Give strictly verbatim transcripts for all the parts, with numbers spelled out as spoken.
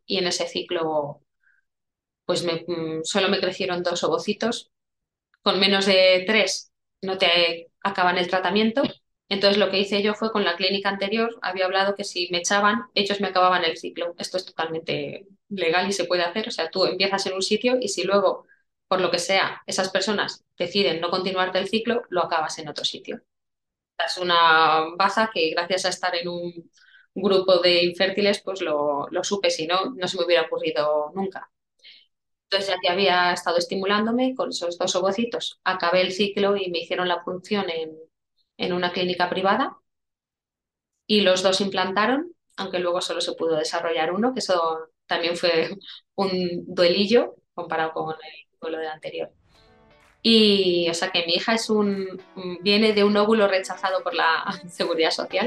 y en ese ciclo pues me, mm, solo me crecieron dos ovocitos. Con menos de tres no te acaban el tratamiento. Entonces lo que hice yo fue con la clínica anterior, había hablado que si me echaban, ellos me acababan el ciclo. Esto es totalmente legal y se puede hacer. O sea, tú empiezas en un sitio y si luego, por lo que sea, esas personas deciden no continuarte el ciclo, lo acabas en otro sitio. Es una baza que gracias a estar en un grupo de infértiles, pues lo, lo supe, si no, no se me hubiera ocurrido nunca. Entonces, ya que había estado estimulándome con esos dos ovocitos, acabé el ciclo y me hicieron la punción en, en una clínica privada y los dos implantaron, aunque luego solo se pudo desarrollar uno, que eso también fue un duelillo comparado con el duelo del anterior. Y, o sea, que mi hija es un, viene de un óvulo rechazado por la Seguridad Social.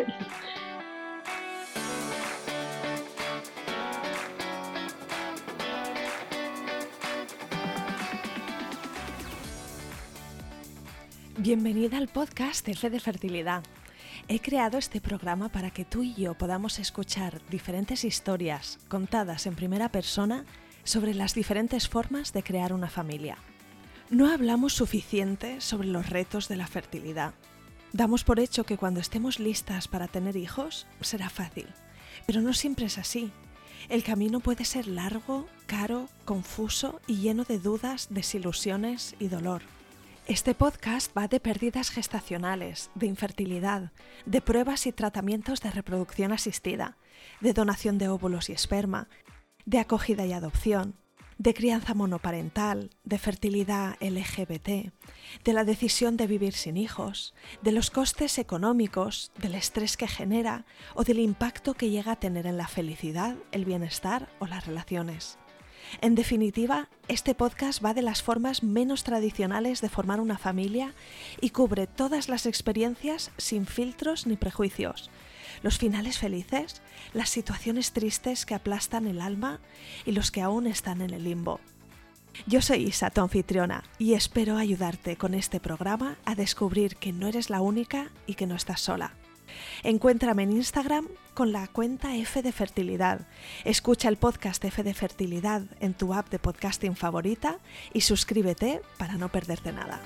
Bienvenida al podcast F de Fertilidad. He creado este programa para que tú y yo podamos escuchar diferentes historias contadas en primera persona sobre las diferentes formas de crear una familia. No hablamos suficiente sobre los retos de la fertilidad. Damos por hecho que cuando estemos listas para tener hijos será fácil, pero no siempre es así. El camino puede ser largo, caro, confuso y lleno de dudas, desilusiones y dolor. Este podcast va de pérdidas gestacionales, de infertilidad, de pruebas y tratamientos de reproducción asistida, de donación de óvulos y esperma, de acogida y adopción, de crianza monoparental, de fertilidad L G B T, de la decisión de vivir sin hijos, de los costes económicos, del estrés que genera o del impacto que llega a tener en la felicidad, el bienestar o las relaciones. En definitiva, este podcast va de las formas menos tradicionales de formar una familia y cubre todas las experiencias sin filtros ni prejuicios, los finales felices, las situaciones tristes que aplastan el alma y los que aún están en el limbo. Yo soy Isa, tu anfitriona, y espero ayudarte con este programa a descubrir que no eres la única y que no estás sola. Encuéntrame en Instagram con la cuenta F de Fertilidad. Escucha el podcast F de Fertilidad en tu app de podcasting favorita y suscríbete para no perderte nada.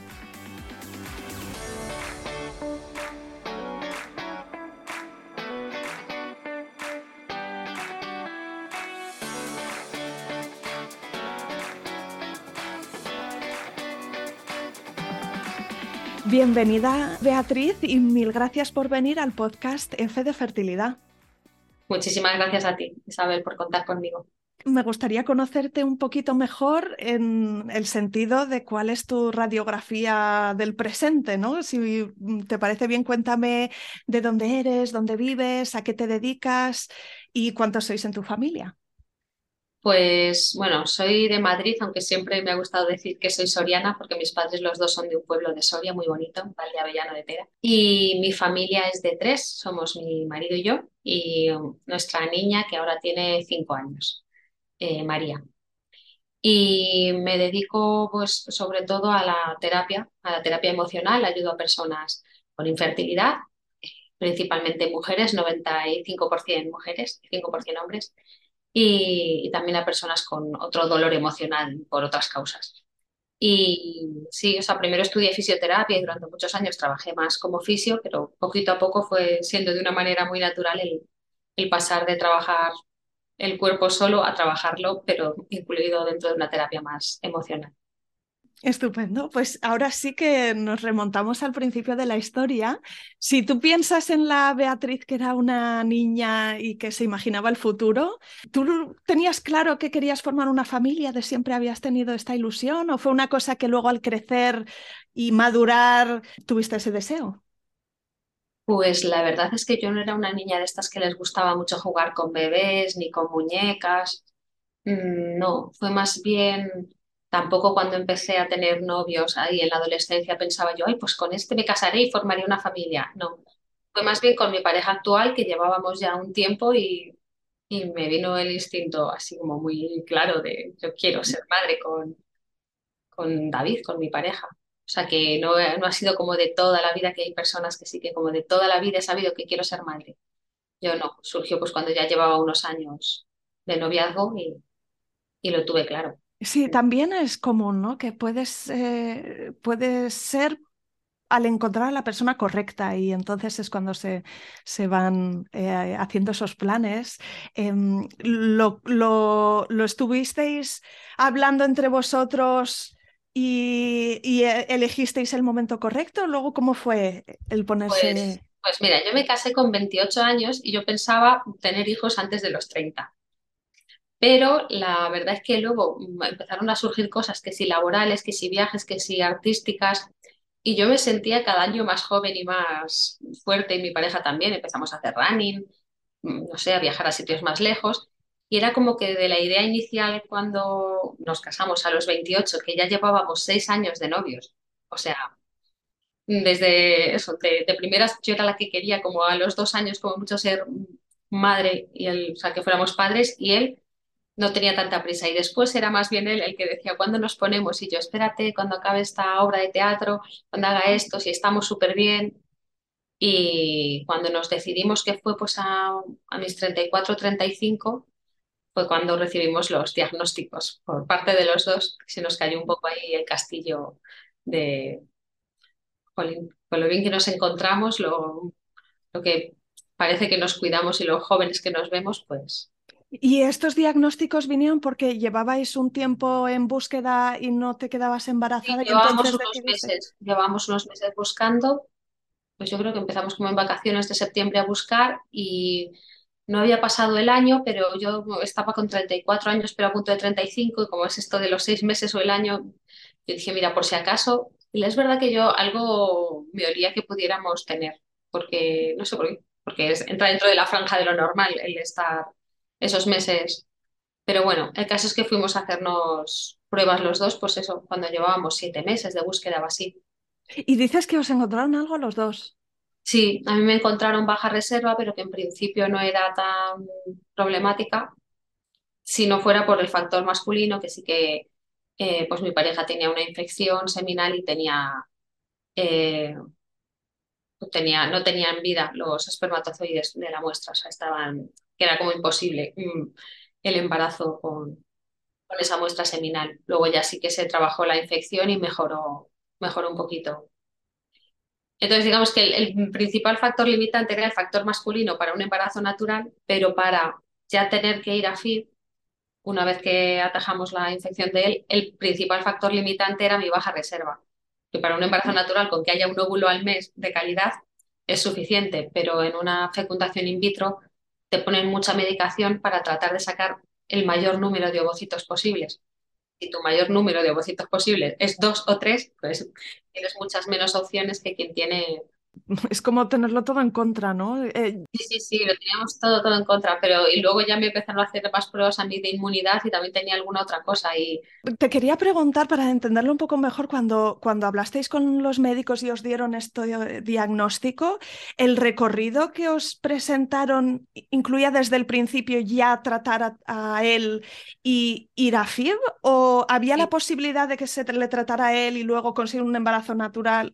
Bienvenida, Beatriz, y mil gracias por venir al podcast F de Fertilidad. Muchísimas gracias a ti, Isabel, por contar conmigo. Me gustaría conocerte un poquito mejor en el sentido de cuál es tu radiografía del presente, ¿no? Si te parece bien, cuéntame de dónde eres, dónde vives, a qué te dedicas y cuántos sois en tu familia. Pues bueno, soy de Madrid, aunque siempre me ha gustado decir que soy soriana, porque mis padres los dos son de un pueblo de Soria muy bonito, Valdeavellano de Pera. Y mi familia es de tres, somos mi marido y yo, y um, nuestra niña que ahora tiene cinco años, eh, María. Y me dedico pues sobre todo a la terapia, a la terapia emocional, ayudo a personas con infertilidad, principalmente mujeres, noventa y cinco por ciento mujeres, cinco por ciento hombres y, y también a personas con otro dolor emocional por otras causas. Y sí, o sea, primero estudié fisioterapia y durante muchos años trabajé más como fisio, pero poquito a poco fue siendo de una manera muy natural el, el pasar de trabajar el cuerpo solo a trabajarlo, pero incluido dentro de una terapia más emocional. Estupendo, pues ahora sí que nos remontamos al principio de la historia. Si tú piensas en la Beatriz que era una niña y que se imaginaba el futuro, ¿tú tenías claro que querías formar una familia? ¿De siempre habías tenido esta ilusión o fue una cosa que luego al crecer y madurar tuviste ese deseo? Pues la verdad es que yo no era una niña de estas que les gustaba mucho jugar con bebés ni con muñecas. Mm, No, fue más bien, tampoco cuando empecé a tener novios ahí en la adolescencia pensaba yo, ay, pues con este me casaré y formaré una familia. No, fue más bien con mi pareja actual que llevábamos ya un tiempo y, y me vino el instinto así como muy claro de yo quiero ser madre con, con David, con mi pareja. O sea que no, no ha sido como de toda la vida, que hay personas que sí que como de toda la vida he sabido que quiero ser madre. Yo no, surgió pues cuando ya llevaba unos años de noviazgo y, y lo tuve claro. Sí, también es común, ¿no? Que puedes, eh, puedes ser al encontrar a la persona correcta y entonces es cuando se, se van eh, haciendo esos planes. Em, lo, lo, ¿Lo estuvisteis hablando entre vosotros y, y eh, elegisteis el momento correcto? Luego, ¿cómo fue el Pues, ponerse? pues mira, yo me casé con veintiocho años y yo pensaba tener hijos antes de los treinta. Pero la verdad es que luego mm, empezaron a surgir cosas, que si laborales, que si viajes, que si artísticas, y yo me sentía cada año más joven y más fuerte, y mi pareja también. Empezamos a hacer running, mm, no sé, a viajar a sitios más lejos, y era como que de la idea inicial cuando nos casamos a los veintiocho, que ya llevábamos seis años de novios, o sea, desde eso, de, de primeras yo era la que quería como a los dos años como mucho ser madre, y él, o sea, que fuéramos padres, y él no tenía tanta prisa. Y después era más bien él el que decía, ¿cuándo nos ponemos? Y yo, espérate, cuando acabe esta obra de teatro, cuando haga esto, si estamos súper bien. Y cuando nos decidimos, que fue pues a, a mis treinta y cuatro, treinta y cinco, fue cuando recibimos los diagnósticos por parte de los dos. Se nos cayó un poco ahí el castillo de, jolín, con lo bien que nos encontramos, lo, lo que parece que nos cuidamos y lo jóvenes que nos vemos, pues ¿Y estos diagnósticos vinieron porque llevabais un tiempo en búsqueda y no te quedabas sí, embarazada y llevábamos entonces unos decidiste? meses, llevábamos unos meses buscando. Pues yo creo que empezamos como en vacaciones de septiembre a buscar, y no había pasado el año, pero yo estaba con treinta y cuatro años, pero a punto de treinta y cinco, y como es esto de los seis meses o el año, yo dije, mira, por si acaso. Y es verdad que yo algo me olía que pudiéramos tener, porque no sé por qué, porque es- entra dentro de la franja de lo normal el estar esos meses. Pero bueno, el caso es que fuimos a hacernos pruebas los dos, pues eso, cuando llevábamos siete meses de búsqueda o así. Y dices que os encontraron algo los dos. Sí, a mí me encontraron baja reserva, pero que en principio no era tan problemática si no fuera por el factor masculino, que sí que eh, pues mi pareja tenía una infección seminal y tenía, eh, tenía, no tenían vida los espermatozoides de la muestra, o sea, estaban, que era como imposible mm, el embarazo con, con esa muestra seminal. Luego ya sí que se trabajó la infección y mejoró, mejoró un poquito. Entonces, digamos que el, el principal factor limitante era el factor masculino para un embarazo natural, pero para ya tener que ir a F I V, una vez que atajamos la infección de él, el principal factor limitante era mi baja reserva. Que para un embarazo natural, con que haya un óvulo al mes de calidad, es suficiente, pero en una fecundación in vitro te ponen mucha medicación para tratar de sacar el mayor número de ovocitos posibles. Si tu mayor número de ovocitos posibles es dos o tres, pues tienes muchas menos opciones que quien tiene. Es como tenerlo todo en contra, ¿no? Eh, Sí, sí, sí, lo teníamos todo, todo en contra, pero y luego ya me empezaron a hacer más pruebas a mí de inmunidad y también tenía alguna otra cosa. Y Te quería preguntar para entenderlo un poco mejor, cuando, cuando hablasteis con los médicos y os dieron este diagnóstico, ¿el recorrido que os presentaron incluía desde el principio ya tratar a, a él y ir a F I V? ¿O había la y, posibilidad de que se le tratara a él y luego conseguir un embarazo natural?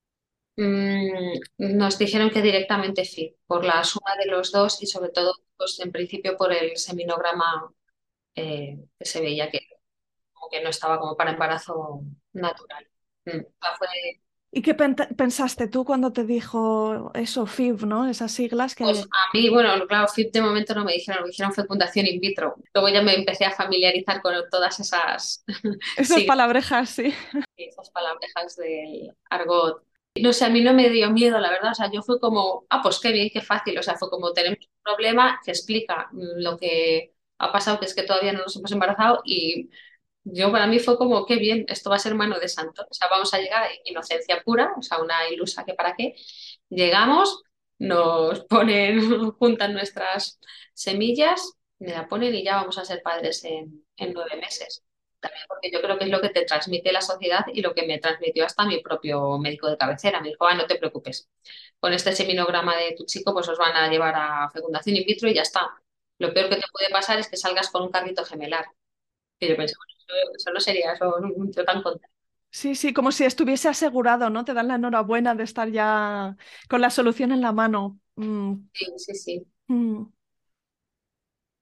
mm, nos dijeron que directamente sí, por la suma de los dos, y sobre todo, pues en principio por el seminograma, eh, que se veía que, como que no estaba como para embarazo natural. Mm, o sea, fue. ¿Y qué pen- pensaste tú cuando te dijo eso, F I V, ¿no? Esas siglas Pues que... a mí, bueno, claro, F I P de momento no me dijeron, me dijeron fecundación in vitro. Luego ya me empecé a familiarizar con todas esas Esas siglas palabrejas, sí. y esas palabrejas del argot. No sé, a mí no me dio miedo, la verdad. O sea, yo fue como, ah, pues qué bien, qué fácil. O sea, fue como, tenemos un problema que explica mm, lo que ha pasado, que es que todavía no nos hemos embarazado. Y yo, para mí fue como, qué bien, esto va a ser mano de santo. O sea, vamos a llegar en inocencia pura, o sea, una ilusa que para qué. Llegamos, nos ponen, juntan nuestras semillas, me la ponen y ya vamos a ser padres en, en nueve meses. También porque yo creo que es lo que te transmite la sociedad y lo que me transmitió hasta mi propio médico de cabecera. Me dijo, ah, no te preocupes, con este seminograma de tu chico, pues os van a llevar a fecundación in vitro y ya está. Lo peor que te puede pasar es que salgas con un carrito gemelar. Y yo pensé, bueno, eso, eso no sería eso, yo tan contenta. Sí, sí, como si estuviese asegurado, ¿no? Te dan la enhorabuena de estar ya con la solución en la mano. Mm, Sí, sí, sí. mm.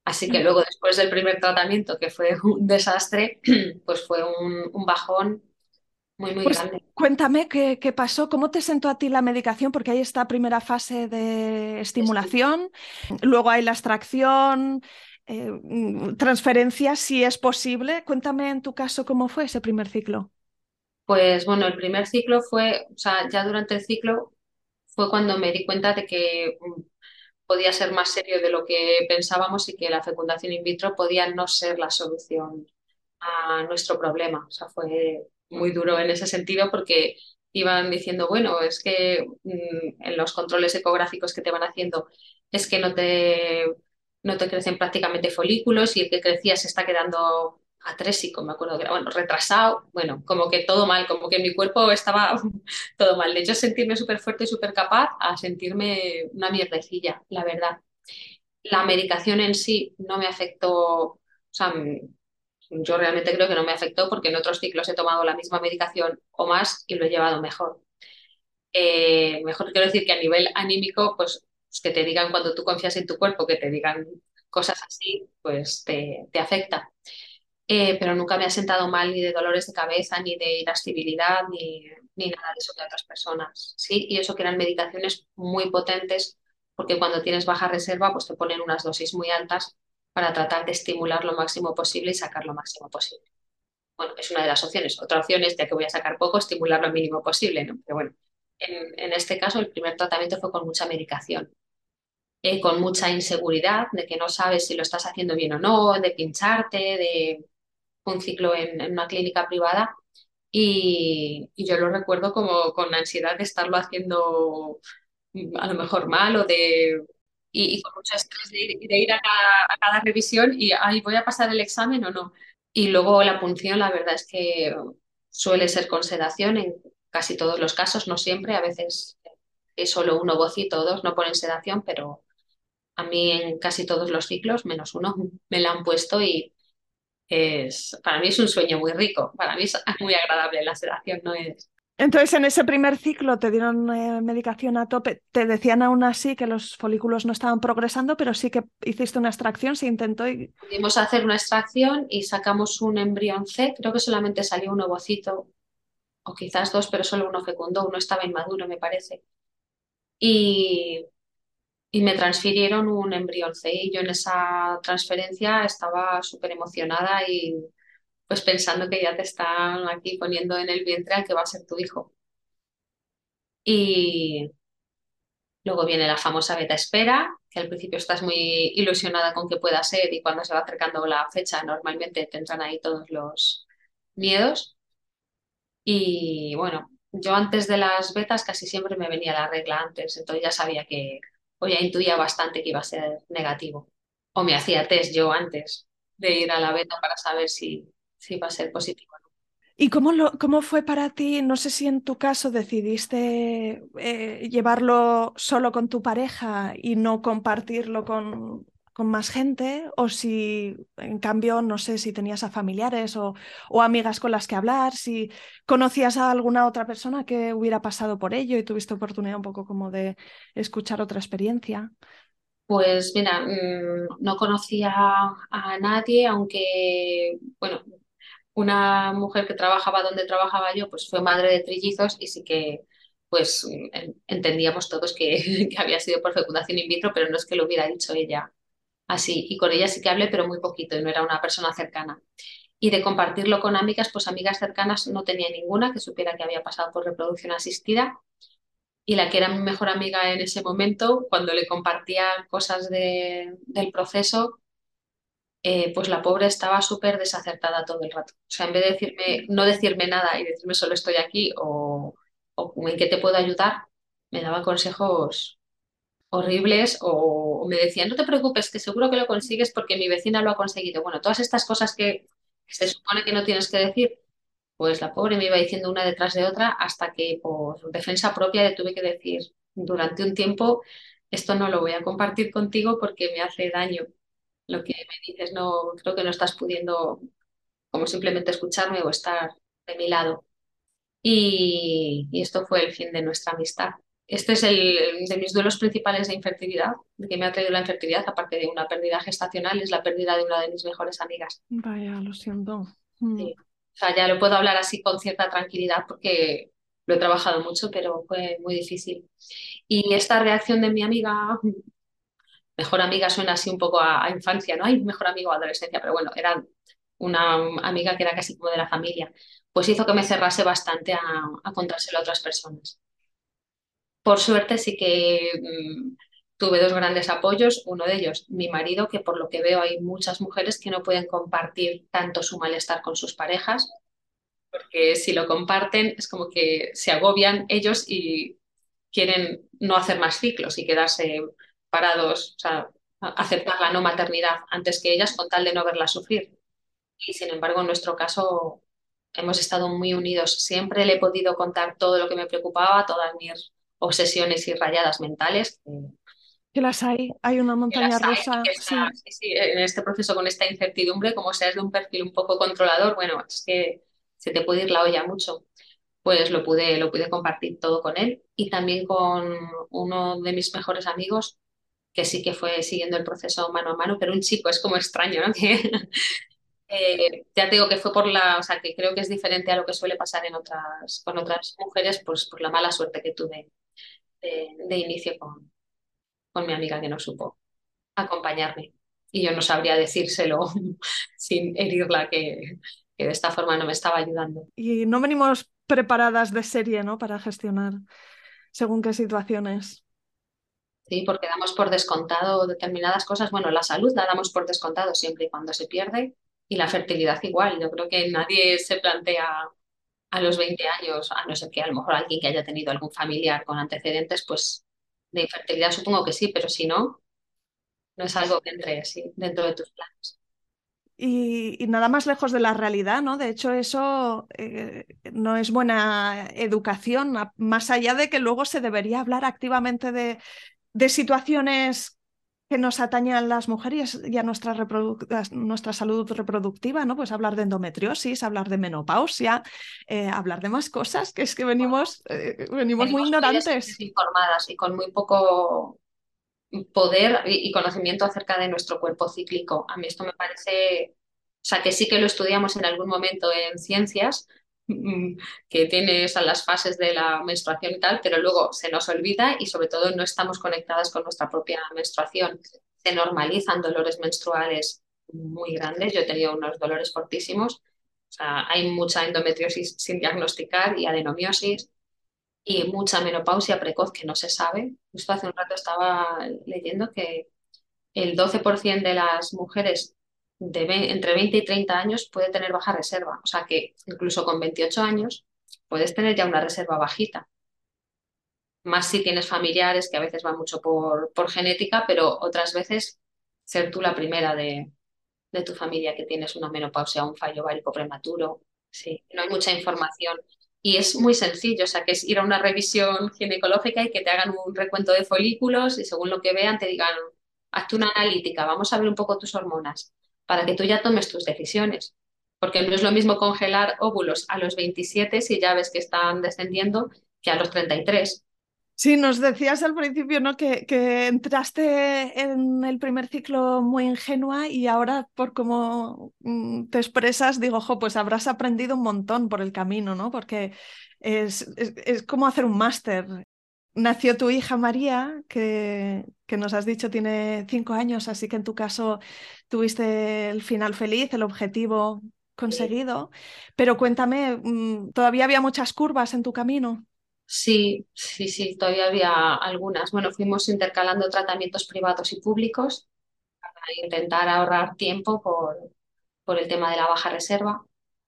Así que luego, después del primer tratamiento, que fue un desastre, pues fue un, un bajón muy, muy Pues grande. cuéntame qué, qué pasó, cómo te sentó a ti la medicación, porque hay esta primera fase de estimulación, luego hay la extracción, eh, mm, transferencia, si es posible. Cuéntame en tu caso cómo fue ese primer ciclo. Pues bueno, el primer ciclo fue, o sea, ya durante el ciclo fue cuando me di cuenta de que mm, podía ser más serio de lo que pensábamos y que la fecundación in vitro podía no ser la solución a nuestro problema. O sea, fue muy duro en ese sentido porque iban diciendo, bueno, es que mm, en los controles ecográficos que te van haciendo es que no te, no te crecen prácticamente folículos y el que crecía se está quedando atrésico, me acuerdo que era, bueno, retrasado, bueno, como que todo mal, como que mi cuerpo estaba todo mal. De hecho, sentirme súper fuerte y súper capaz a sentirme una mierdecilla, la verdad. La medicación en sí no me afectó, o sea, yo realmente creo que no me afectó porque en otros ciclos he tomado la misma medicación o más y lo he llevado mejor. Eh, mejor quiero decir que a nivel anímico, pues pues que te digan cuando tú confías en tu cuerpo, que te digan cosas así, pues te, te afecta. Eh, pero nunca me ha sentado mal ni de dolores de cabeza, ni de irascibilidad, ni, ni nada de eso que a otras personas. Sí, y eso que eran medicaciones muy potentes, porque cuando tienes baja reserva, pues te ponen unas dosis muy altas para tratar de estimular lo máximo posible y sacar lo máximo posible. Bueno, es una de las opciones. Otra opción es, ya que voy a sacar poco, estimular lo mínimo posible, ¿no? Pero bueno, en, en este caso el primer tratamiento fue con mucha medicación, eh, con mucha inseguridad de que no sabes si lo estás haciendo bien o no, de pincharte, de un ciclo en, en una clínica privada y, y yo lo recuerdo como con ansiedad de estarlo haciendo mm, a lo mejor mal o de... Y, y con mucho estrés de ir, de ir a, cada, a cada revisión y, ay, ¿voy a pasar el examen o no? Y luego la punción, la verdad es que suele ser con sedación en casi todos los casos, no siempre, a veces es solo un ovocito o dos, no ponen sedación, pero a mí en casi todos los ciclos, menos uno, me la han puesto y es, para mí es un sueño muy rico, para mí es muy agradable la sedación, no es... Entonces, en ese primer ciclo te dieron eh, medicación a tope. Te decían aún así que los folículos no estaban progresando, pero sí que hiciste una extracción, se intentó y... Pudimos hacer una extracción y sacamos un embrión C, creo que solamente salió un ovocito o quizás dos, pero solo uno fecundó, uno estaba inmaduro, me parece. Y, y me transfirieron un embrión C y yo en esa transferencia estaba súper emocionada y pues pensando que ya te están aquí poniendo en el vientre al que va a ser tu hijo. Y luego viene la famosa beta espera, que al principio estás muy ilusionada con que pueda ser y cuando se va acercando la fecha normalmente te entran ahí todos los miedos. Y bueno, yo antes de las betas casi siempre me venía la regla antes, entonces ya sabía que, o ya intuía bastante que iba a ser negativo. O me hacía test yo antes de ir a la beta para saber si, si iba a ser positivo. ¿Y cómo, lo, cómo fue para ti? No sé si en tu caso decidiste eh, llevarlo solo con tu pareja y no compartirlo con, con más gente, o si en cambio, no sé si tenías a familiares o, o amigas con las que hablar, si conocías a alguna otra persona que hubiera pasado por ello y tuviste oportunidad un poco como de escuchar otra experiencia. Pues mira, mm, no conocía a nadie, aunque, bueno, una mujer que trabajaba donde trabajaba yo, pues fue madre de trillizos y sí que, pues, en- entendíamos todos que, que había sido por fecundación in vitro, pero no es que lo hubiera dicho ella así. Y con ella sí que hablé, pero muy poquito y no era una persona cercana. Y de compartirlo con amigas, pues amigas cercanas no tenía ninguna que supiera que había pasado por reproducción asistida. Y la que era mi mejor amiga en ese momento, cuando le compartía cosas de- del proceso, eh, pues la pobre estaba súper desacertada todo el rato. O sea, en vez de decirme, no decirme nada y decirme solo estoy aquí o, o en qué te puedo ayudar, me daba consejos horribles o, o me decía, no te preocupes, que seguro que lo consigues porque mi vecina lo ha conseguido. Bueno, todas estas cosas que se supone que no tienes que decir, pues la pobre me iba diciendo una detrás de otra hasta que por defensa propia le tuve que decir durante un tiempo, esto no lo voy a compartir contigo porque me hace daño. Lo que me dices, no, creo que no estás pudiendo como simplemente escucharme o estar de mi lado. Y, y esto fue el fin de nuestra amistad. Este es el de mis duelos principales de infertilidad, de que me ha traído la infertilidad, aparte de una pérdida gestacional, es la pérdida de una de mis mejores amigas. Vaya, lo siento. Mm. Sí. O sea, ya lo puedo hablar así con cierta tranquilidad porque lo he trabajado mucho, pero fue muy difícil. Y esta reacción de mi amiga, mejor amiga suena así un poco a, a infancia, ¿no? Ay, mejor amigo a adolescencia, pero bueno, era una amiga que era casi como de la familia, pues hizo que me cerrase bastante a, a contárselo a otras personas. Por suerte sí que mm, tuve dos grandes apoyos, uno de ellos mi marido, que por lo que veo hay muchas mujeres que no pueden compartir tanto su malestar con sus parejas, porque si lo comparten es como que se agobian ellos y quieren no hacer más ciclos y quedarse parados, o sea, a- aceptar la no maternidad antes que ellas con tal de no verla sufrir. Y sin embargo, en nuestro caso hemos estado muy unidos. Siempre le he podido contar todo lo que me preocupaba, todas mis obsesiones y rayadas mentales, que, Que las hay, hay una que montaña las hay y que rusa, está, sí. sí, sí, en este proceso con esta incertidumbre, como seas de un perfil un poco controlador, bueno, es que se te puede ir la olla mucho. Pues lo pude, lo pude compartir todo con él y también con uno de mis mejores amigos, que sí que fue siguiendo el proceso mano a mano, pero un chico es como extraño, ¿no? Que, eh, ya te digo que fue por la, o sea, que creo que es diferente a lo que suele pasar en otras, con otras mujeres, pues por la mala suerte que tuve de, de inicio con, con mi amiga que no supo acompañarme. Y yo no sabría decírselo sin herirla, que, que de esta forma no me estaba ayudando. Y no venimos preparadas de serie, ¿no? Para gestionar según qué situaciones. Sí, porque damos por descontado determinadas cosas. Bueno, la salud la damos por descontado siempre y cuando se pierde, y la fertilidad igual. Yo creo que nadie se plantea a los veinte años, a no ser que a lo mejor alguien que haya tenido algún familiar con antecedentes, pues de infertilidad supongo que sí, pero si no, no es algo que entre sí, dentro de tus planes. Y, y nada más lejos de la realidad, ¿no? De hecho, eso eh, no es buena educación, a- más allá de que luego se debería hablar activamente de, de situaciones que nos atañen a las mujeres y a nuestra, reprodu- a nuestra salud reproductiva, ¿no? Pues hablar de endometriosis, hablar de menopausia, eh, hablar de más cosas, que es que venimos, eh, venimos muy Venimos muy des- ignorantes. desinformadas y con muy poco poder y y conocimiento acerca de nuestro cuerpo cíclico. A mí esto me parece, o sea, que sí que lo estudiamos en algún momento en ciencias, mm, que tienes a las fases de la menstruación y tal, pero luego se nos olvida y sobre todo no estamos conectadas con nuestra propia menstruación. Se normalizan dolores menstruales muy grandes. Yo he tenido unos dolores fortísimos. O sea, hay mucha endometriosis sin diagnosticar y adenomiosis y mucha menopausia precoz que no se sabe. Justo hace un rato estaba leyendo que el doce por ciento de las mujeres de ve- entre veinte y treinta años puede tener baja reserva. O sea que incluso con veintiocho años puedes tener ya una reserva bajita. Más si tienes familiares que a veces van mucho por, por genética, pero otras veces ser tú la primera de, de tu familia que tienes una menopausia o un fallo ovárico prematuro. Sí, no hay mucha información. Y es muy sencillo, o sea, que es ir a una revisión ginecológica y que te hagan un recuento de folículos y según lo que vean te digan, hazte una analítica, vamos a ver un poco tus hormonas, para que tú ya tomes tus decisiones. Porque no es lo mismo congelar óvulos a los veintisiete si ya ves que están descendiendo que a los treinta y tres. Sí, nos decías al principio, ¿no? Que, que entraste en el primer ciclo muy ingenua y ahora, por cómo mm, te expresas, digo, jo, pues habrás aprendido un montón por el camino, ¿no? Porque es, es, es como hacer un máster. Nació tu hija María, que, que nos has dicho tiene cinco años, así que en tu caso tuviste el final feliz, el objetivo conseguido. Pero cuéntame, mm, ¿todavía había muchas curvas en tu camino? Sí, sí, sí, todavía había algunas. Bueno, fuimos intercalando tratamientos privados y públicos para intentar ahorrar tiempo por, por el tema de la baja reserva.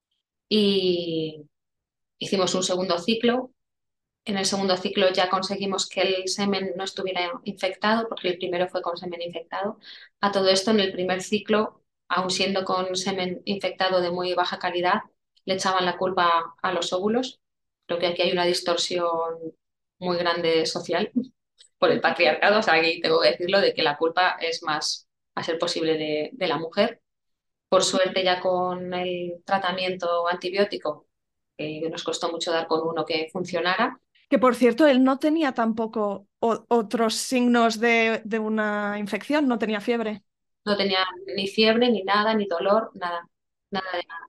Y hicimos un segundo ciclo. En el segundo ciclo ya conseguimos que el semen no estuviera infectado, porque el primero fue con semen infectado. A todo esto, en el primer ciclo, aun siendo con semen infectado de muy baja calidad, le echaban la culpa a los óvulos. Creo que aquí hay una distorsión muy grande social por el patriarcado, o sea, aquí tengo que decirlo, de que la culpa es más, a ser posible, de, de la mujer. Por suerte, ya con el tratamiento antibiótico, que nos costó mucho dar con uno que funcionara, Que por cierto, él no tenía tampoco o- otros signos de, de una infección, no tenía fiebre. No tenía ni fiebre, ni nada, ni dolor, nada, nada de nada.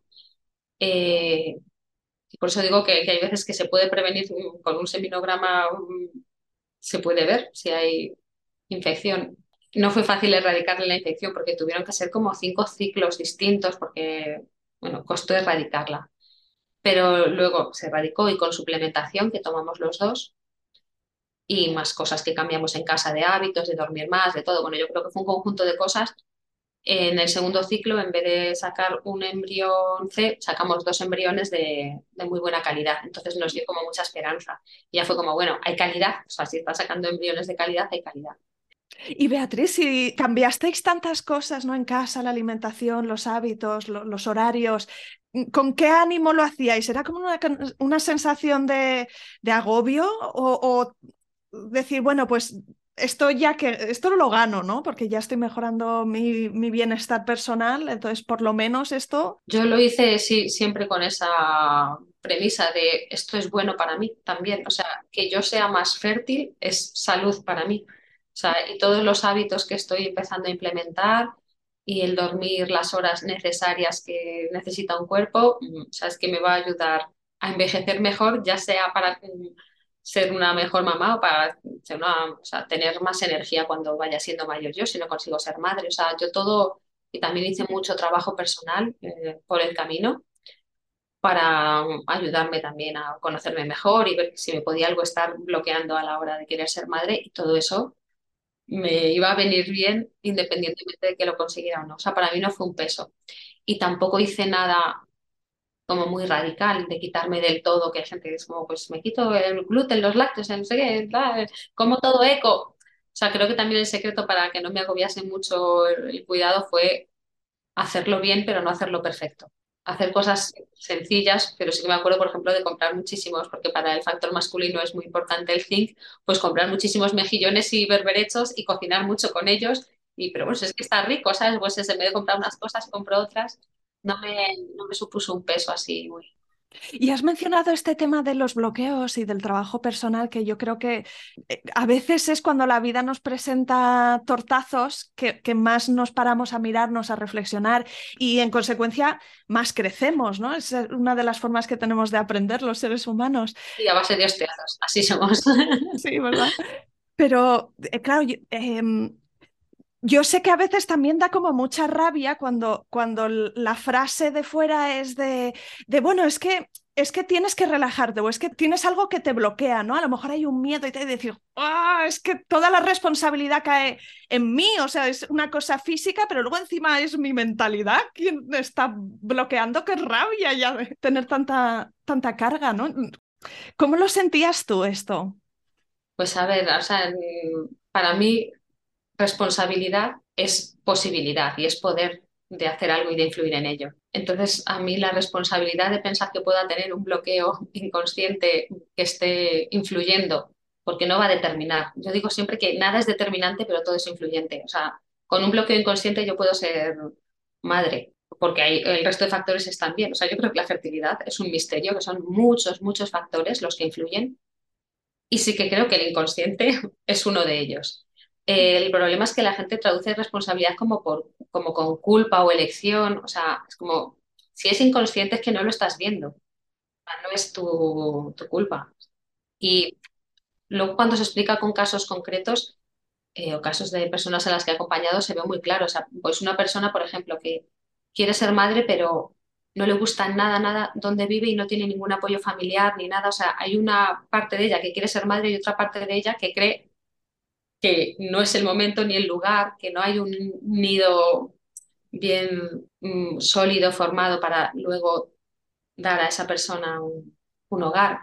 Eh, y por eso digo que, que hay veces que se puede prevenir mm, con un seminograma, mm, se puede ver si hay infección. No fue fácil erradicarle la infección porque tuvieron que ser como cinco ciclos distintos porque, bueno, costó erradicarla. Pero luego se erradicó y con suplementación que tomamos los dos y más cosas que cambiamos en casa de hábitos, de dormir más, de todo. Bueno, yo creo que fue un conjunto de cosas. En el segundo ciclo, en vez de sacar un embrión C, sacamos dos embriones de, de muy buena calidad. Entonces nos dio como mucha esperanza. Y ya fue como, bueno, hay calidad. O sea, si estás sacando embriones de calidad, hay calidad. Y Beatriz, si cambiasteis tantas cosas, ¿no? En casa, la alimentación, los hábitos, lo- los horarios, ¿con qué ánimo lo hacíais? ¿Era como una, una sensación de, de agobio o, o decir, bueno, pues esto ya que esto lo gano, ¿no? Porque ya estoy mejorando mi, mi bienestar personal, entonces por lo menos esto. Yo lo hice sí, siempre con esa premisa de esto es bueno para mí también. O sea, que yo sea más fértil es salud para mí. O sea, y todos los hábitos que estoy empezando a implementar y el dormir las horas necesarias que necesita un cuerpo, mm, o sea, es que me va a ayudar a envejecer mejor, ya sea para mm, ser una mejor mamá o para ser una, o sea, tener más energía cuando vaya siendo mayor yo, si no consigo ser madre. O sea, yo todo y también hice mucho trabajo personal eh, por el camino para um, ayudarme también a conocerme mejor y ver si me podía algo estar bloqueando a la hora de querer ser madre y todo eso me iba a venir bien independientemente de que lo consiguiera o no. O sea, para mí no fue un peso. Y tampoco hice nada como muy radical de quitarme del todo, que hay gente que es como, pues me quito el gluten, los lácteos, el no sé qué, bla, como todo eco. O sea, creo que también el secreto para que no me agobiase mucho el, el cuidado fue hacerlo bien, pero no hacerlo perfecto. Hacer cosas sencillas, pero sí que me acuerdo, por ejemplo, de comprar muchísimos, porque para el factor masculino es muy importante el zinc, pues comprar muchísimos mejillones y berberechos y cocinar mucho con ellos. Y, pero bueno, si es que está rico, ¿sabes? Pues en vez de comprar unas cosas, compro otras. No me, no me supuso un peso así muy. Y has mencionado este tema de los bloqueos y del trabajo personal, que yo creo que eh, a veces es cuando la vida nos presenta tortazos que, que más nos paramos a mirarnos, a reflexionar y en consecuencia más crecemos, ¿no? Es una de las formas que tenemos de aprender los seres humanos. Y a base de hostiazos, así somos. Sí, ¿verdad? Pero, eh, claro, yo, em, yo sé que a veces también da como mucha rabia cuando, cuando la frase de fuera es de, de bueno, es que, es que tienes que relajarte o es que tienes algo que te bloquea, ¿no? A lo mejor hay un miedo y te decir, ah, es que toda la responsabilidad cae en mí, o sea, es una cosa física, pero luego encima es mi mentalidad quien está bloqueando, qué rabia ya de tener tanta, tanta carga, ¿no? ¿Cómo lo sentías tú esto? Pues a ver, o sea, mm, para mí responsabilidad es posibilidad y es poder de hacer algo y de influir en ello. Entonces, a mí la responsabilidad de pensar que pueda tener un bloqueo inconsciente que esté influyendo, porque no va a determinar. Yo digo siempre que nada es determinante, pero todo es influyente. O sea, con un bloqueo inconsciente yo puedo ser madre, porque hay, el resto de factores están bien. O sea, yo creo que la fertilidad es un misterio, que son muchos, muchos factores los que influyen y sí que creo que el inconsciente es uno de ellos. Eh, el problema es que la gente traduce responsabilidad como, por, como con culpa o elección. O sea, es como, si es inconsciente es que no lo estás viendo. O sea, no es tu, tu culpa. Y luego cuando se explica con casos concretos eh, o casos de personas a las que he acompañado se ve muy claro. O sea, pues una persona, por ejemplo, que quiere ser madre, pero no le gusta nada, nada donde vive y no tiene ningún apoyo familiar ni nada. O sea, hay una parte de ella que quiere ser madre y otra parte de ella que cree que no es el momento ni el lugar, que no hay un nido bien mm, sólido formado para luego dar a esa persona un, un hogar.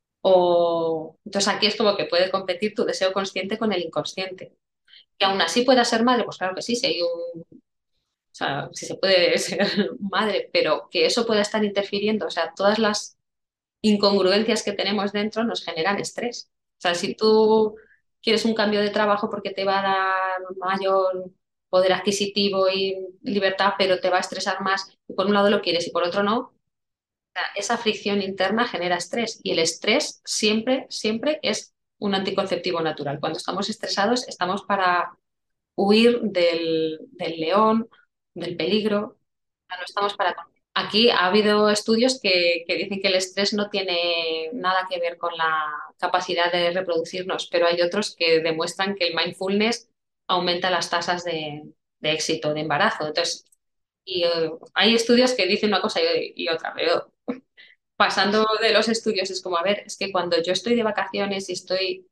O entonces aquí es como que puede competir tu deseo consciente con el inconsciente. Que aún así pueda ser madre, pues claro que sí, si hay un, o sea, si se puede ser madre, pero que eso pueda estar interfiriendo, o sea, todas las incongruencias que tenemos dentro nos generan estrés. O sea, si tú quieres un cambio de trabajo porque te va a dar mayor poder adquisitivo y libertad, pero te va a estresar más, y por un lado lo quieres y por otro no, sea, esa fricción interna genera estrés y el estrés siempre, siempre es un anticonceptivo natural. Cuando estamos estresados, estamos para huir del, del león, del peligro. No estamos para... Aquí ha habido estudios que, que dicen que el estrés no tiene nada que ver con la capacidad de reproducirnos, pero hay otros que demuestran que el mindfulness aumenta las tasas de, de éxito de embarazo. Entonces, y, eh, hay estudios que dicen una cosa y, y otra, pero pasando de los estudios es como, a ver, es que cuando yo estoy de vacaciones y estoy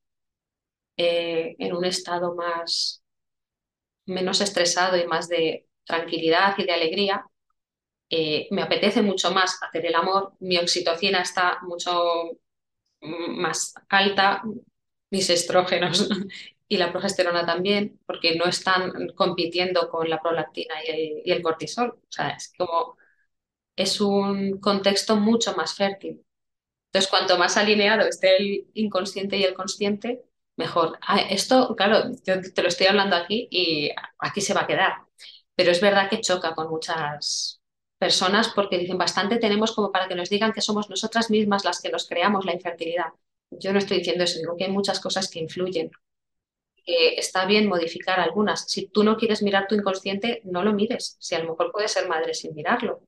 eh, en un estado más, menos estresado y más de tranquilidad y de alegría, eh, me apetece mucho más hacer el amor, mi oxitocina está mucho más alta, mis estrógenos y la progesterona también, porque no están compitiendo con la prolactina y el, y el cortisol. O sea, es como, es un contexto mucho más fértil. Entonces, cuanto más alineado esté el inconsciente y el consciente, mejor. Ah, esto, claro, yo te lo estoy hablando aquí y aquí se va a quedar, pero es verdad que choca con muchas personas porque dicen bastante tenemos como para que nos digan que somos nosotras mismas las que nos creamos la infertilidad. Yo no estoy diciendo eso, digo que hay muchas cosas que influyen, que está bien modificar algunas. Si tú no quieres mirar tu inconsciente, no lo mires. Si a lo mejor puedes ser madre sin mirarlo.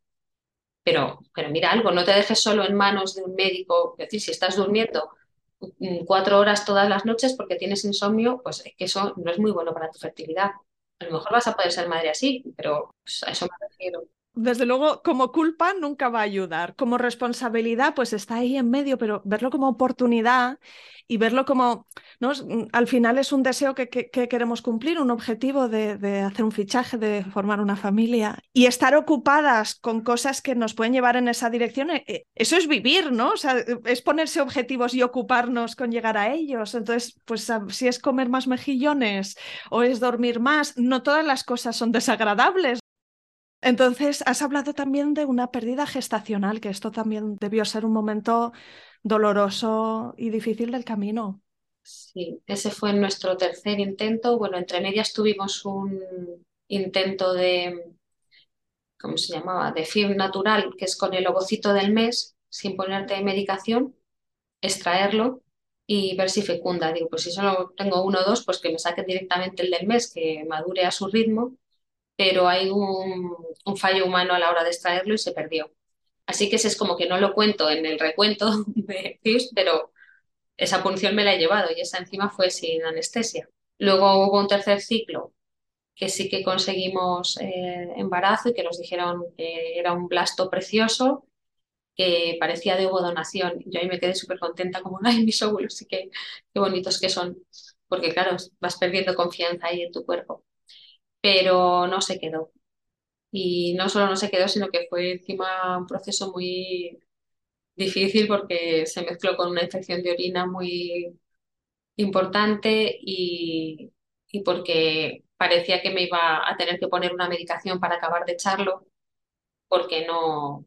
Pero, pero mira algo, no te dejes solo en manos de un médico. Es decir, si estás durmiendo mm, cuatro horas todas las noches porque tienes insomnio, pues es que eso no es muy bueno para tu fertilidad. A lo mejor vas a poder ser madre así, pero pues, a eso me refiero. Desde luego, como culpa nunca va a ayudar. Como responsabilidad, pues está ahí en medio, pero verlo como oportunidad y verlo como, ¿no? Al final es un deseo que, que, que queremos cumplir, un objetivo de, de hacer un fichaje, de formar una familia y estar ocupadas con cosas que nos pueden llevar en esa dirección. eh, Eso es vivir, ¿no? O sea, es ponerse objetivos y ocuparnos con llegar a ellos. Entonces, pues si es comer más mejillones o es dormir más, no todas las cosas son desagradables. Entonces, has hablado también de una pérdida gestacional, que esto también debió ser un momento doloroso y difícil del camino. Sí, ese fue nuestro tercer intento. Bueno, entre medias tuvimos un intento de, ¿cómo se llamaba? De F I V natural, que es con el ovocito del mes, sin ponerte medicación, extraerlo y ver si fecunda. Digo, pues si solo tengo uno o dos, pues que me saquen directamente el del mes, que madure a su ritmo, pero hay un, un fallo humano a la hora de extraerlo y se perdió. Así que ese es como que no lo cuento en el recuento de F I Vs, pero esa punción me la he llevado y esa encima fue sin anestesia. Luego hubo un tercer ciclo que sí que conseguimos eh, embarazo y que nos dijeron que era un blasto precioso que parecía de ovodonación. Yo ahí me quedé súper contenta, como, ay, mis óvulos, sí que qué bonitos que son, porque claro, vas perdiendo confianza ahí en tu cuerpo. Pero no se quedó. Y no solo no se quedó, sino que fue encima un proceso muy difícil porque se mezcló con una infección de orina muy importante y, y porque parecía que me iba a tener que poner una medicación para acabar de echarlo, porque no,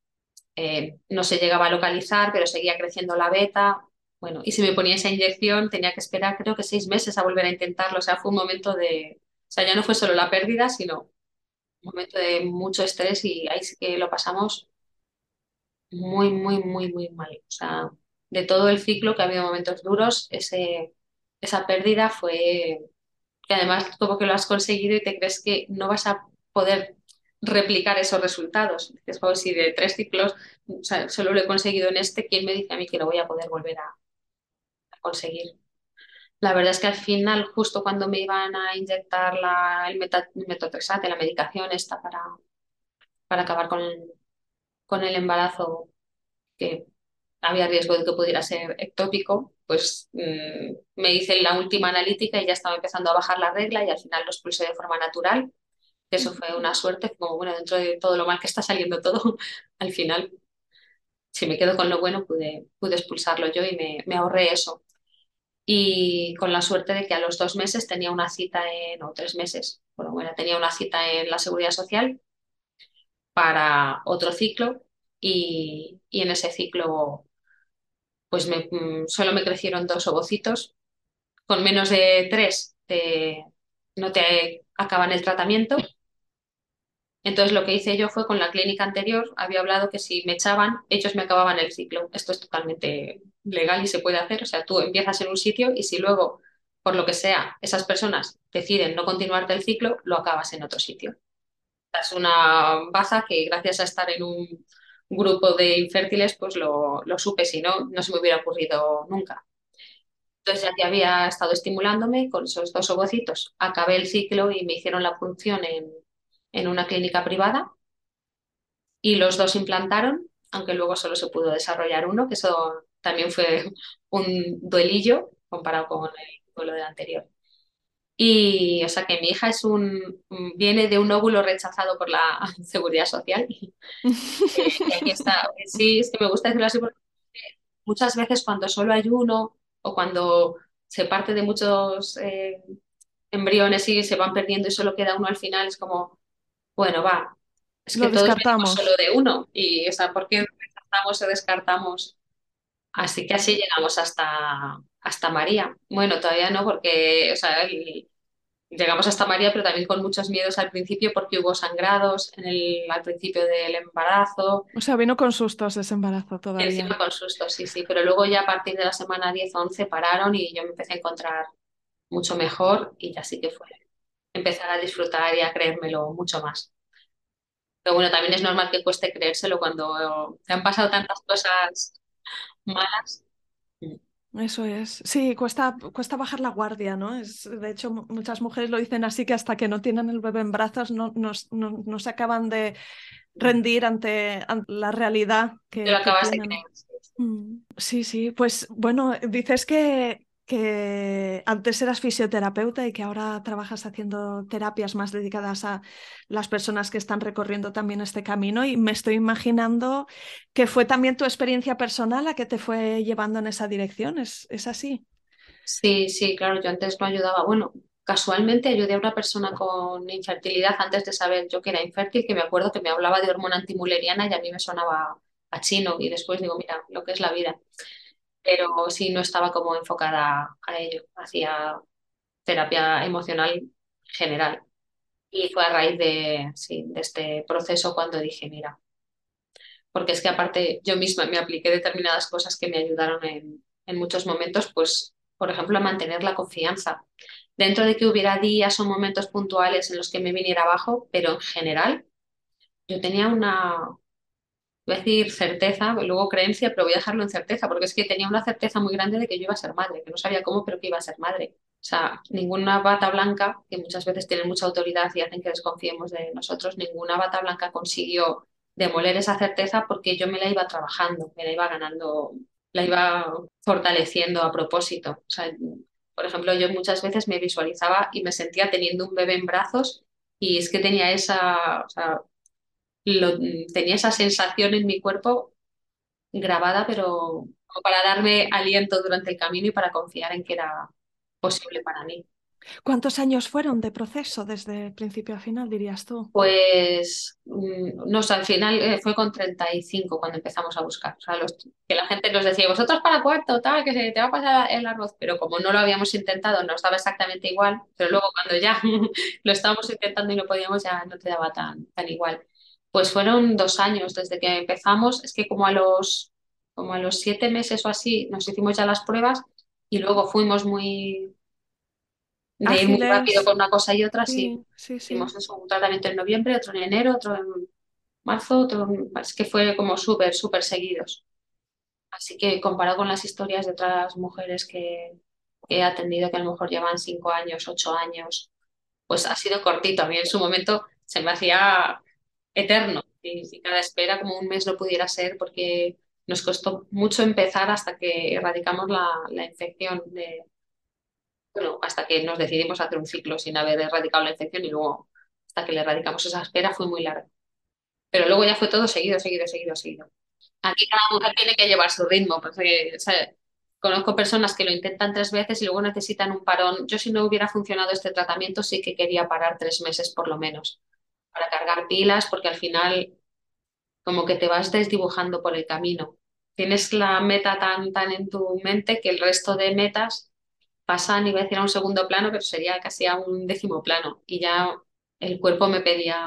eh, no se llegaba a localizar, pero seguía creciendo la beta. Bueno, y si me ponía esa inyección tenía que esperar creo que seis meses a volver a intentarlo. O sea, fue un momento de... O sea, ya no fue solo la pérdida, sino un momento de mucho estrés y ahí sí que lo pasamos muy, muy, muy, muy mal. O sea, de todo el ciclo que ha habido momentos duros, ese, esa pérdida fue que además como que lo has conseguido y te crees que no vas a poder replicar esos resultados. Dices, "Jo, si de tres ciclos, o sea, solo lo he conseguido en este, ¿quién me dice a mí que lo voy a poder volver a, a conseguir?" La verdad es que al final, justo cuando me iban a inyectar la, el meta- metotrexate, la medicación esta para, para acabar con el, con el embarazo, que había riesgo de que pudiera ser ectópico, pues mm, me hice la última analítica y ya estaba empezando a bajar la regla y al final lo expulsé de forma natural. Eso fue una suerte, como bueno, dentro de todo lo mal que está saliendo todo, al final, si me quedo con lo bueno, pude, pude expulsarlo yo y me, me ahorré eso. Y con la suerte de que a los dos meses tenía una cita en, o tres meses, bueno, bueno, tenía una cita en la Seguridad Social para otro ciclo y, y en ese ciclo pues me, mm, solo me crecieron dos ovocitos, con menos de tres te- no te acaban el tratamiento Entonces lo que hice yo fue con la clínica anterior, había hablado que si me echaban, ellos me acababan el ciclo. Esto es totalmente legal y se puede hacer. O sea, tú empiezas en un sitio y si luego, por lo que sea, esas personas deciden no continuarte el ciclo, lo acabas en otro sitio. Es una baza que gracias a estar en un grupo de infértiles, pues lo, lo supe, si no, no se me hubiera ocurrido nunca. Entonces, ya que había estado estimulándome con esos dos ovocitos, acabé el ciclo y me hicieron la punción en, en una clínica privada y los dos implantaron, aunque luego solo se pudo desarrollar uno, que eso también fue un duelillo comparado con el duelo del anterior. Y, o sea, que mi hija es un, viene de un óvulo rechazado por la Seguridad Social. Y aquí está. Sí, es que me gusta decirlo así porque muchas veces cuando solo hay uno o cuando se parte de muchos eh, embriones y se van perdiendo y solo queda uno al final, es como, bueno, va, es que Lo todos venimos descartamos. solo de uno y, o sea, ¿por qué rechazamos o descartamos? Así que así llegamos hasta, hasta María. Bueno, todavía no, porque, o sea, el- llegamos hasta María, pero también con muchos miedos al principio porque hubo sangrados en el, al principio del embarazo. O sea, vino con sustos ese embarazo Encima todavía. con susto, sí, sí, pero luego ya a partir de la semana diez o once pararon y yo me empecé a encontrar mucho mejor y ya sí que fue empezar a disfrutar y a creérmelo mucho más. Pero bueno, también es normal que cueste creérselo cuando te han pasado tantas cosas malas. Eso es. Sí, cuesta, cuesta bajar la guardia, ¿no? Es, de hecho, mu- muchas mujeres lo dicen así que hasta que no tienen el bebé en brazos no, no, no, no se acaban de rendir ante, ante la realidad Te lo que, que acabas de tienen. creer. Sí, sí. Mm, sí, sí, pues bueno, dices que, que antes eras fisioterapeuta y que ahora trabajas haciendo terapias más dedicadas a las personas que están recorriendo también este camino y me estoy imaginando que fue también tu experiencia personal la que te fue llevando en esa dirección, ¿es, es así? Sí, sí, claro, yo antes no ayudaba. Bueno, casualmente ayudé a una persona con infertilidad antes de saber yo que era infértil, que me acuerdo que me hablaba de hormona antimuleriana y a mí me sonaba a chino y después digo, mira, lo que es la vida. Pero sí no estaba como enfocada a ello, hacía terapia emocional general. Y fue a raíz de, sí, de este proceso cuando dije, mira, porque es que aparte yo misma me apliqué determinadas cosas que me ayudaron en, en muchos momentos, pues, por ejemplo, a mantener la confianza. Dentro de que hubiera días o momentos puntuales en los que me viniera abajo, pero en general yo tenía una, voy a decir certeza, luego creencia, pero voy a dejarlo en certeza, porque es que tenía una certeza muy grande de que yo iba a ser madre, que no sabía cómo, pero que iba a ser madre. O sea, ninguna bata blanca, que muchas veces tienen mucha autoridad y hacen que desconfiemos de nosotros, ninguna bata blanca consiguió demoler esa certeza porque yo me la iba trabajando, me la iba ganando, la iba fortaleciendo a propósito. O sea, por ejemplo, yo muchas veces me visualizaba y me sentía teniendo un bebé en brazos y es que tenía esa, o sea, lo- tenía esa sensación en mi cuerpo grabada, pero como para darme aliento durante el camino y para confiar en que era posible para mí. ¿Cuántos años fueron de proceso desde principio a final, dirías tú? Pues, mm, no sé, al final eh, fue con treinta y cinco cuando empezamos a buscar. O sea, los- que la gente nos decía, vosotros para cuánto, tal, que se te va a pasar el arroz. Pero como no lo habíamos intentado, nos daba exactamente igual. Pero luego cuando ya lo estábamos intentando y no podíamos, ya no te daba tan, tan igual. Pues fueron dos años desde que empezamos. Es que como a los, como a los siete meses o así nos hicimos ya las pruebas y luego fuimos muy de ir muy rápido Ágiles, con una cosa y otra, sí. sí, sí, Hicimos sí. eso, un tratamiento en noviembre, otro en enero, otro en marzo, otro en- es que fue como súper, súper seguidos. Así que comparado con las historias de otras mujeres que, que he atendido, que a lo mejor llevan cinco años, ocho años, pues ha sido cortito. A mí en su momento se me hacía eterno y si cada espera como un mes no pudiera ser porque nos costó mucho empezar hasta que erradicamos la, la infección de, bueno, hasta que nos decidimos a hacer un ciclo sin haber erradicado la infección y luego hasta que le erradicamos esa espera fue muy larga. Pero luego ya fue todo seguido, seguido, seguido, seguido. Aquí cada mujer tiene que llevar su ritmo, porque o sea, conozco personas que lo intentan tres veces y luego necesitan un parón. Yo si no hubiera funcionado este tratamiento sí que quería parar tres meses por lo menos para cargar pilas, porque al final como que te vas desdibujando por el camino. Tienes la meta tan, tan en tu mente que el resto de metas pasan, iba a decir a un segundo plano, pero sería casi a un décimo plano. Y ya el cuerpo me pedía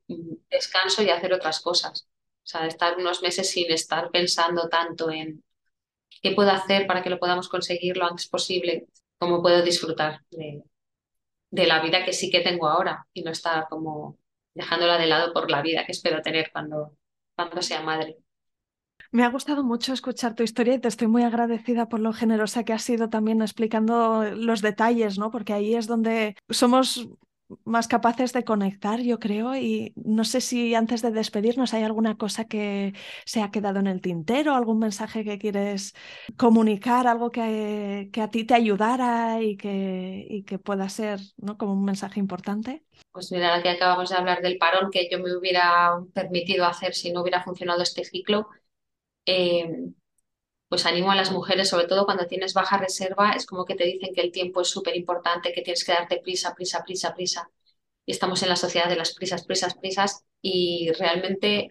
descanso y hacer otras cosas. O sea, estar unos meses sin estar pensando tanto en qué puedo hacer para que lo podamos conseguir lo antes posible, cómo puedo disfrutar de, de la vida que sí que tengo ahora y no estar como dejándola de lado por la vida que espero tener cuando, cuando sea madre. Me ha gustado mucho escuchar tu historia y te estoy muy agradecida por lo generosa que has sido también explicando los detalles, ¿no? Porque ahí es donde somos más capaces de conectar, yo creo, y no sé si antes de despedirnos hay alguna cosa que se ha quedado en el tintero, algún mensaje que quieres comunicar, algo que, que a ti te ayudara y que, y que pueda ser, ¿no?, como un mensaje importante. Pues mira, aquí acabamos de hablar del parón que yo me hubiera permitido hacer si no hubiera funcionado este ciclo. Eh, pues animo a las mujeres, sobre todo cuando tienes baja reserva, es como que te dicen que el tiempo es súper importante, que tienes que darte prisa, prisa, prisa, prisa. Y estamos en la sociedad de las prisas, prisas, prisas y realmente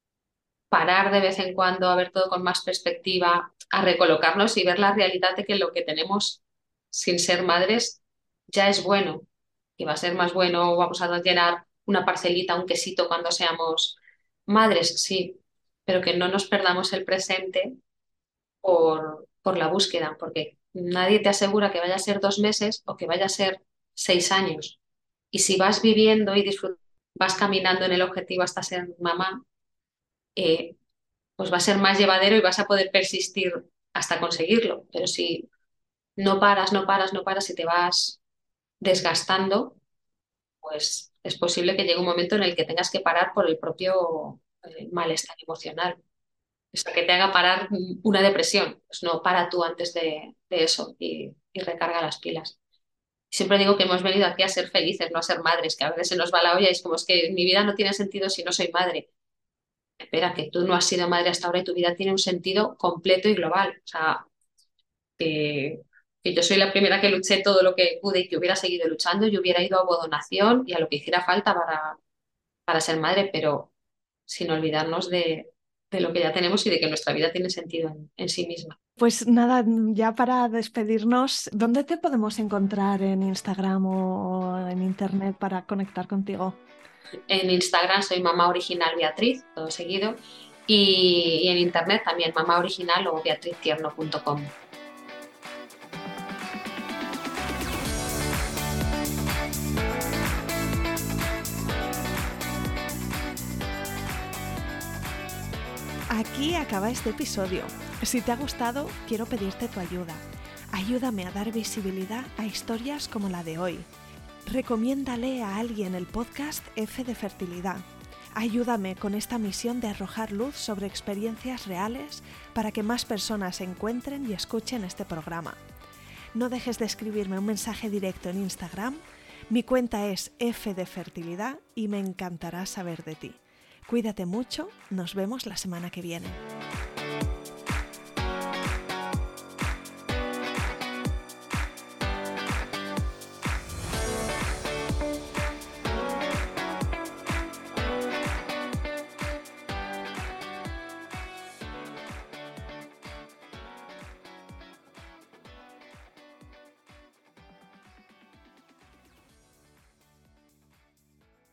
parar de vez en cuando, a ver todo con más perspectiva, a recolocarnos y ver la realidad de que lo que tenemos sin ser madres ya es bueno y va a ser más bueno, vamos a llenar una parcelita, un quesito cuando seamos madres, sí, pero que no nos perdamos el presente por, por la búsqueda, porque nadie te asegura que vaya a ser dos meses o que vaya a ser seis años. Y si vas viviendo y disfrutando, vas caminando en el objetivo hasta ser mamá, eh, pues va a ser más llevadero y vas a poder persistir hasta conseguirlo. Pero si no paras, no paras, no paras y te vas desgastando, pues es posible que llegue un momento en el que tengas que parar por el propio eh, malestar emocional. O sea, que te haga parar una depresión. Pues no, para tú antes de, de eso y, y recarga las pilas. Siempre digo que hemos venido aquí a ser felices, no a ser madres, que a veces se nos va la olla y es como es que mi vida no tiene sentido si no soy madre. Espera, que tú no has sido madre hasta ahora y tu vida tiene un sentido completo y global. O sea, que, que yo soy la primera que luché todo lo que pude y que hubiera seguido luchando y hubiera ido a bodonación y a lo que hiciera falta para, para ser madre, pero sin olvidarnos de, de lo que ya tenemos y de que nuestra vida tiene sentido en, en sí misma. Pues nada, ya para despedirnos, ¿dónde te podemos encontrar en Instagram o en internet para conectar contigo? En Instagram soy mamá original Beatriz, todo seguido, y, y en internet también mamá original o beatriz tierno punto com. Aquí acaba este episodio. Si te ha gustado, quiero pedirte tu ayuda. Ayúdame a dar visibilidad a historias como la de hoy. Recomiéndale a alguien el podcast F de Fertilidad. Ayúdame con esta misión de arrojar luz sobre experiencias reales para que más personas encuentren y escuchen este programa. No dejes de escribirme un mensaje directo en Instagram. Mi cuenta es F de Fertilidad y me encantará saber de ti. Cuídate mucho, nos vemos la semana que viene.